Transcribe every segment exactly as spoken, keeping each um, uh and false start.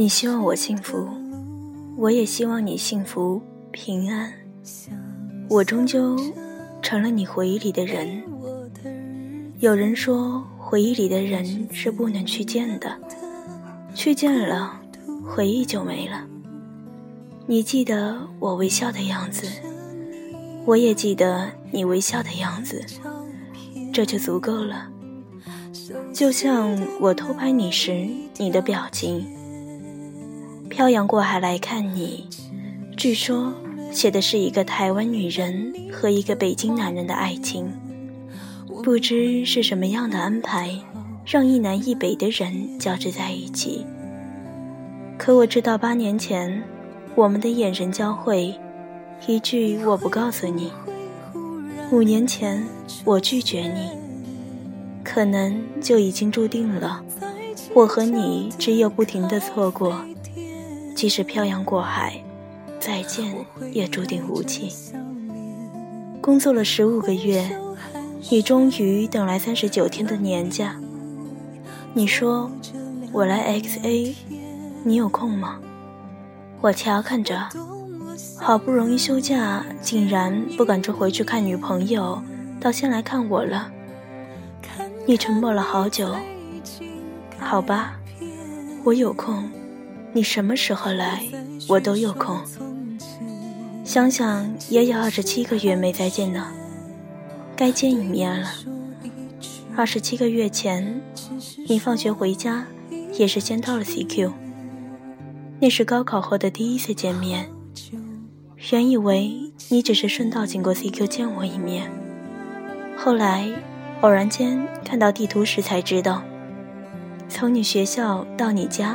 你希望我幸福，我也希望你幸福平安。我终究成了你回忆里的人。有人说，回忆里的人是不能去见的，去见了，回忆就没了。你记得我微笑的样子，我也记得你微笑的样子，这就足够了。就像我偷拍你时你的表情，漂洋过海来看你，据说写的是一个台湾女人和一个北京男人的爱情。不知是什么样的安排，让一南一北的人交织在一起。可我知道八年前我们的眼神交汇，一句我不告诉你。五年前我拒绝你，可能就已经注定了，我和你只有不停的错过，即使漂洋过海，再见也注定无期。工作了十五个月，你终于等来三十九天的年假。你说我来 X A， 你有空吗？我调侃着，好不容易休假，竟然不赶着回去看女朋友，倒先来看我了。你沉默了好久。好吧，我有空，你什么时候来我都有空。想想也有二十七个月没再见呢，该见一面了。二十七个月前，你放学回家也是先到了 C Q， 那是高考后的第一次见面。原以为你只是顺道经过 C Q 见我一面，后来偶然间看到地图时才知道，从你学校到你家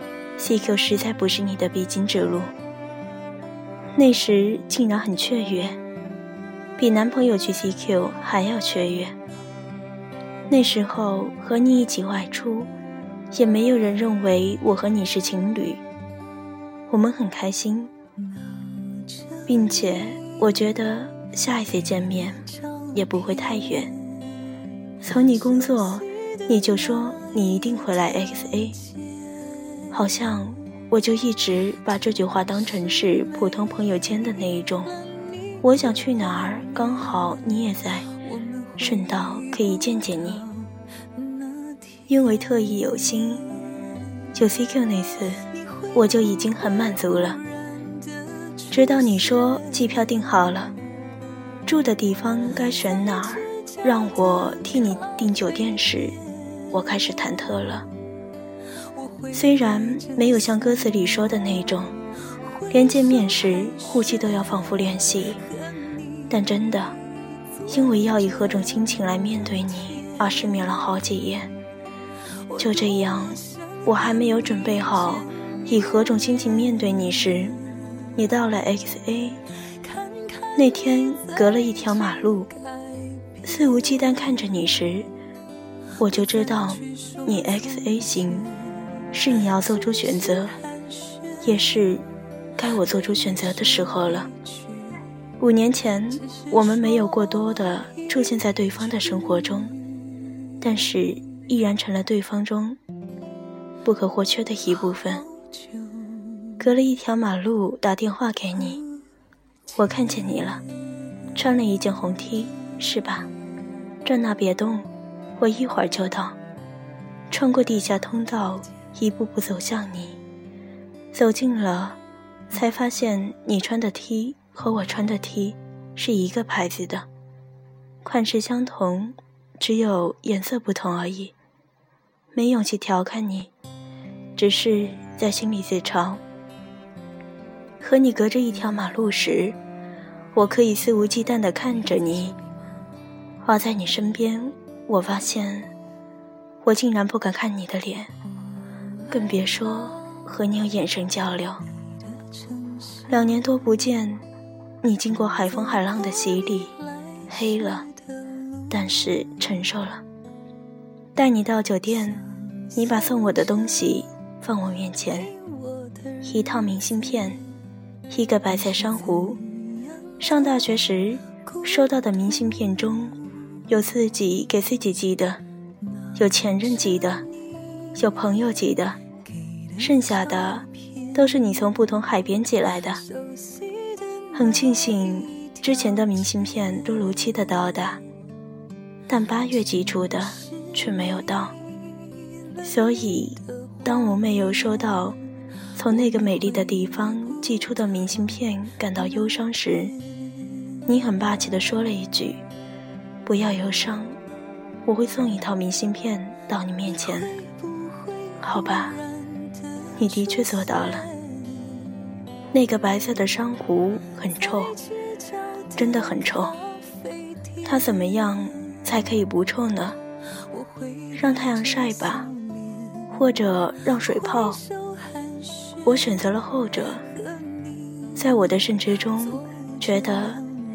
C Q 实在不是你的必经之路。那时竟然很雀跃，比男朋友去 C Q 还要雀跃。那时候和你一起外出，也没有人认为我和你是情侣。我们很开心，并且我觉得下一次见面也不会太远。从你工作，你就说你一定会来 X A， 好像我就一直把这句话当成是普通朋友间的那一种，我想去哪儿刚好你也在，顺道可以见见你。因为特意有心，就 C Q 那次我就已经很满足了。直到你说机票订好了，住的地方该选哪儿，让我替你订酒店时，我开始忐忑了。虽然没有像歌词里说的那种连见面时呼吸都要反复练习，但真的因为要以何种心情来面对你而失眠了好几夜。就这样，我还没有准备好以何种心情面对你时，你到了 X A。 那天隔了一条马路，肆无忌惮看着你时，我就知道你 X A 行，是你要做出选择，也是该我做出选择的时候了。五年前我们没有过多的出现在对方的生活中，但是依然成了对方中不可或缺的一部分。隔了一条马路打电话给你，我看见你了，穿了一件红 T， 是吧？站那别动，我一会儿就到。穿过地下通道，一步步走向你。走近了，才发现你穿的 T 和我穿的 T 是一个牌子的，款式相同，只有颜色不同而已。没勇气调侃你，只是在心里自嘲。和你隔着一条马路时，我可以肆无忌惮地看着你，而在你身边，我发现我竟然不敢看你的脸，更别说和你有眼神交流。两年多不见，你经过海风海浪的洗礼，黑了，但是承受了。带你到酒店，你把送我的东西放我面前，一套明信片，一个白菜珊瑚。上大学时收到的明信片中，有自己给自己寄的，有前任寄的，有朋友寄的， 剩下的都是你从不同海边寄来的。很庆幸之前的明信片都如期的到达，但八月寄出的却没有到。所以当我没有收到从那个美丽的地方寄出的明信片感到忧伤时，你很霸气地说了一句，不要忧伤，我会送一套明信片到你面前。好吧，你的确做到了。那个白色的珊瑚很臭，真的很臭。它怎么样才可以不臭呢？让太阳晒吧，或者让水泡。我选择了后者。在我的认知中，觉得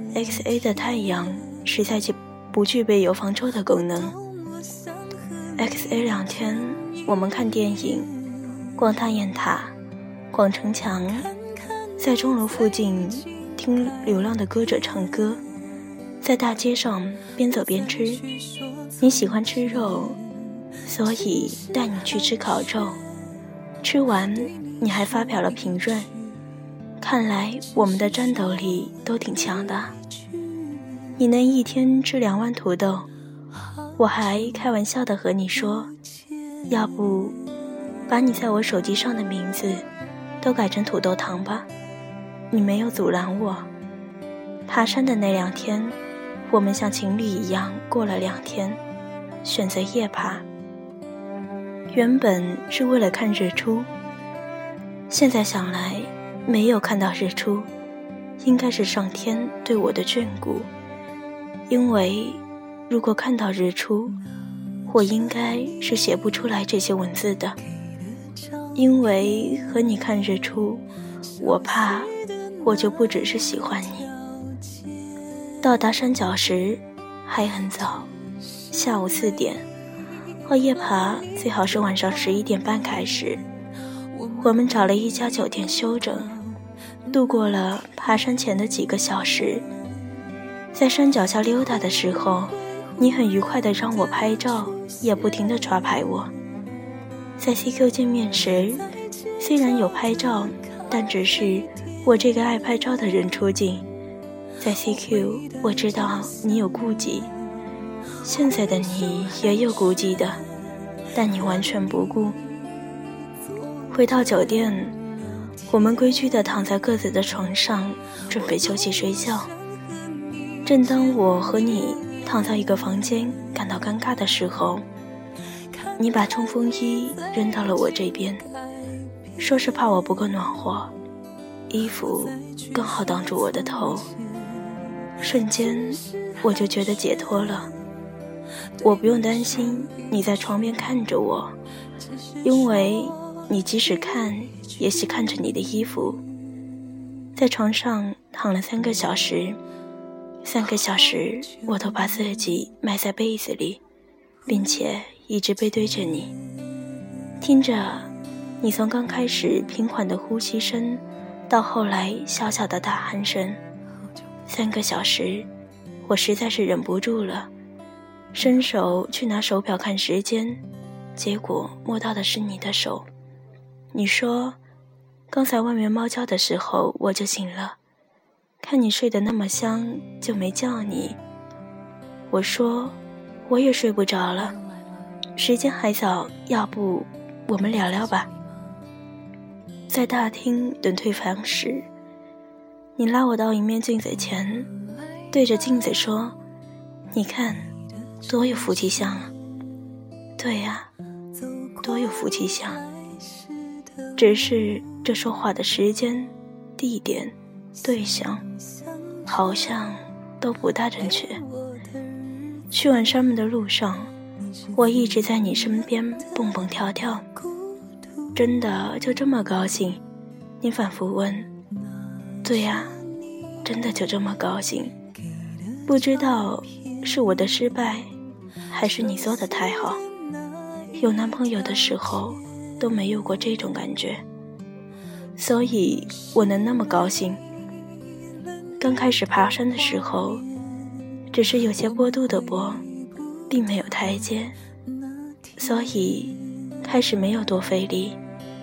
X A 的太阳实在不具备有防臭的功能。X A 两天，我们看电影，逛大雁塔，逛城墙，在钟楼附近听流浪的歌者唱歌，在大街上边走边吃。你喜欢吃肉，所以带你去吃烤肉。吃完你还发表了评论，看来我们的战斗力都挺强的。你能一天吃两碗土豆，我还开玩笑地和你说，要不把你在我手机上的名字都改成土豆糖吧。你没有阻拦我。爬山的那两天，我们像情侣一样过了两天，选择夜爬。原本是为了看日出，现在想来，没有看到日出，应该是上天对我的眷顾。因为如果看到日出，我应该是写不出来这些文字的。因为和你看日出，我怕我就不只是喜欢你。到达山脚时还很早，下午四点，而夜爬最好是晚上十一点半开始。我们找了一家酒店休整，度过了爬山前的几个小时。在山脚下溜达的时候，你很愉快地让我拍照，也不停地抓拍我。在 C Q 见面时，虽然有拍照，但只是我这个爱拍照的人出镜。在 C Q 我知道你有顾忌，现在的你也有顾忌的，但你完全不顾。回到酒店，我们规矩地躺在各自的床上，准备休息睡觉。正当我和你躺在一个房间感到尴尬的时候，你把冲锋衣扔到了我这边，说是怕我不够暖和，衣服刚好挡住我的头。瞬间我就觉得解脱了，我不用担心你在床边看着我，因为你即使看也是看着你的衣服。在床上躺了三个小时，三个小时我都把自己埋在被子里，并且一直背对着你，听着你从刚开始平缓的呼吸声到后来小小的大鼾声。三个小时我实在是忍不住了，伸手去拿手表看时间，结果摸到的是你的手。你说刚才外面猫叫的时候我就醒了，看你睡得那么香就没叫你。我说我也睡不着了，时间还早，要不我们聊聊吧。在大厅等退房时，你拉我到一面镜子前，对着镜子说，你看多有福气相啊。对呀、啊、多有福气相，只是这说话的时间、地点、对象好像都不大正确。去往山门的路上，我一直在你身边蹦蹦跳跳。真的就这么高兴？你反复问。对呀、啊、真的就这么高兴。不知道是我的失败，还是你做的太好，有男朋友的时候都没有过这种感觉，所以我能那么高兴。刚开始爬山的时候，只是有些坡度的坡，并没有台阶，所以开始没有多费力。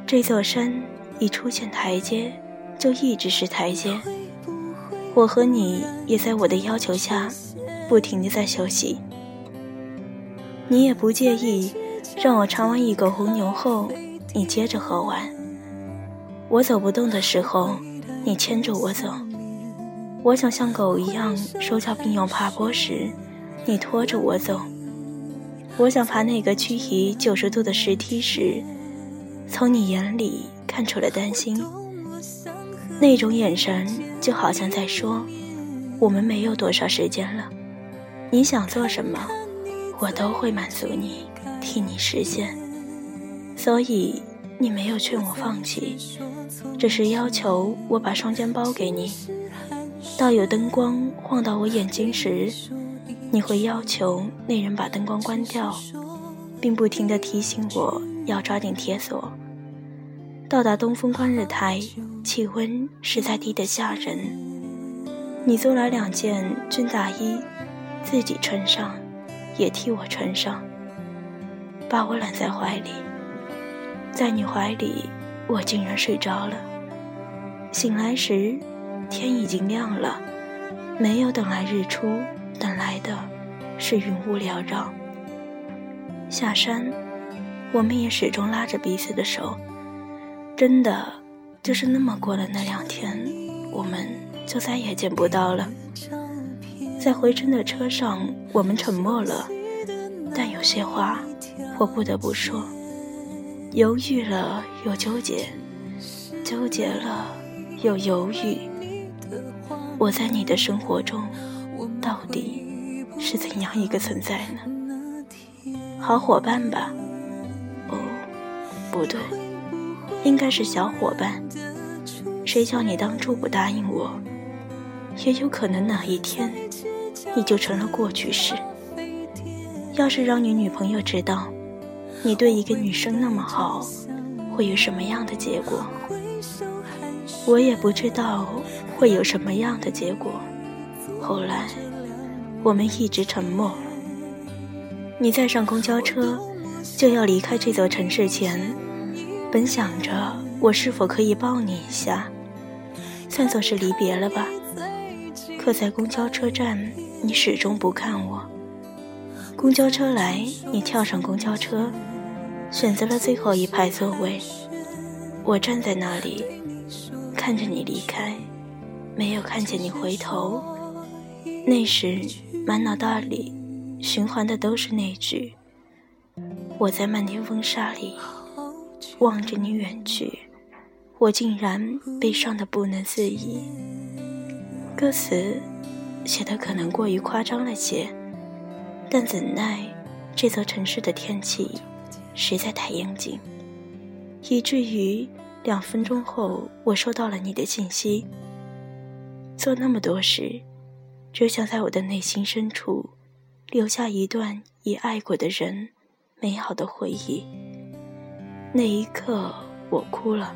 这座山一出现台阶，就一直是台阶。我和你也在我的要求下，不停地在休息。你也不介意让我尝完一口红牛后，你接着喝完。我走不动的时候，你牵着我走。我想像狗一样手脚并用爬坡时，你拖着我走。我想爬那个曲移九十度的石梯时，从你眼里看出了担心，那种眼神就好像在说，我们没有多少时间了，你想做什么，我都会满足你，替你实现。所以你没有劝我放弃，只是要求我把双肩包给你。到有灯光晃到我眼睛时，你会要求那人把灯光关掉，并不停地提醒我要抓紧铁锁。到达东风观日台，气温实在低得吓人。你租来两件军大衣，自己穿上，也替我穿上，把我揽在怀里。在你怀里，我竟然睡着了。醒来时，天已经亮了，没有等来日出，等来的是云雾缭绕。下山，我们也始终拉着彼此的手。真的，就是那么过了那两天，我们就再也见不到了。在回程的车上，我们沉默了，但有些话我不得不说。犹豫了又纠结，纠结了又犹豫。我在你的生活中到底是怎样一个存在呢？好伙伴吧？哦，不对，应该是小伙伴。谁叫你当初不答应我？也有可能哪一天你就成了过去式。要是让你女朋友知道你对一个女生那么好，会有什么样的结果？我也不知道会有什么样的结果。后来我们一直沉默。你在上公交车就要离开这座城市前，本想着我是否可以抱你一下，算作是离别了吧。可在公交车站，你始终不看我。公交车来，你跳上公交车，选择了最后一排座位。我站在那里，看着你离开，没有看见你回头。那时满脑袋里循环的都是那句，我在漫天风沙里望着你远去，我竟然悲伤得不能自已。歌词写得可能过于夸张了些，但怎奈这座城市的天气实在太严谨，以至于两分钟后我收到了你的信息。做那么多事，只想在我的内心深处留下一段已爱过的人美好的回忆。那一刻我哭了。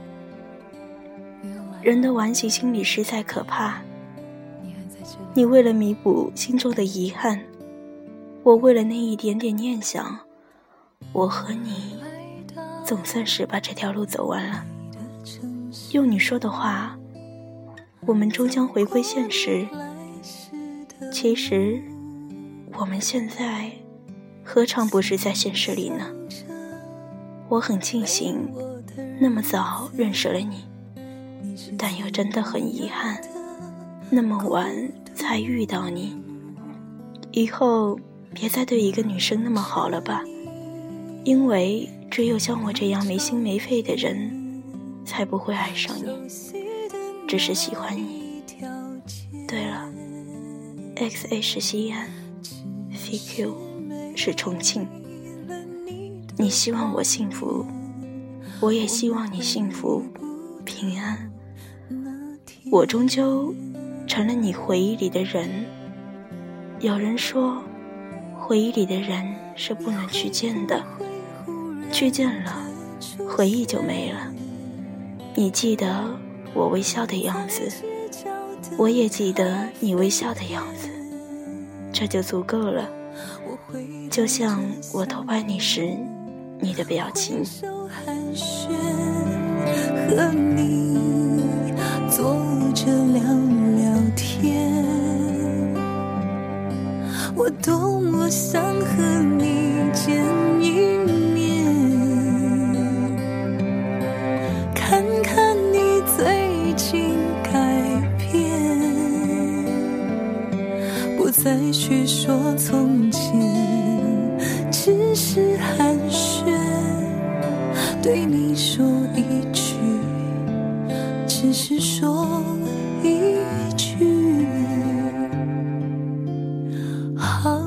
人的顽习心理实在可怕。你为了弥补心中的遗憾，我为了那一点点念想，我和你总算是把这条路走完了。用你说的话，我们终将回归现实。其实我们现在何尝不是在现实里呢？我很庆幸那么早认识了你，但又真的很遗憾那么晚才遇到你。以后别再对一个女生那么好了吧，因为只有像我这样没心没肺的人才不会爱上你，只是喜欢你。对了， X A 是西安， V Q 是重庆。你希望我幸福，我也希望你幸福平安。我终究成了你回忆里的人。有人说，回忆里的人是不能去见的，去见了，回忆就没了。你记得我微笑的样子，我也记得你微笑的样子，这就足够了。就像我偷拍你时，你的表情。 和你坐着聊聊天，我多么想和你见一面，看看你最近改变，不再去说从前，只是寒暄，对你说一句，只是说一句好。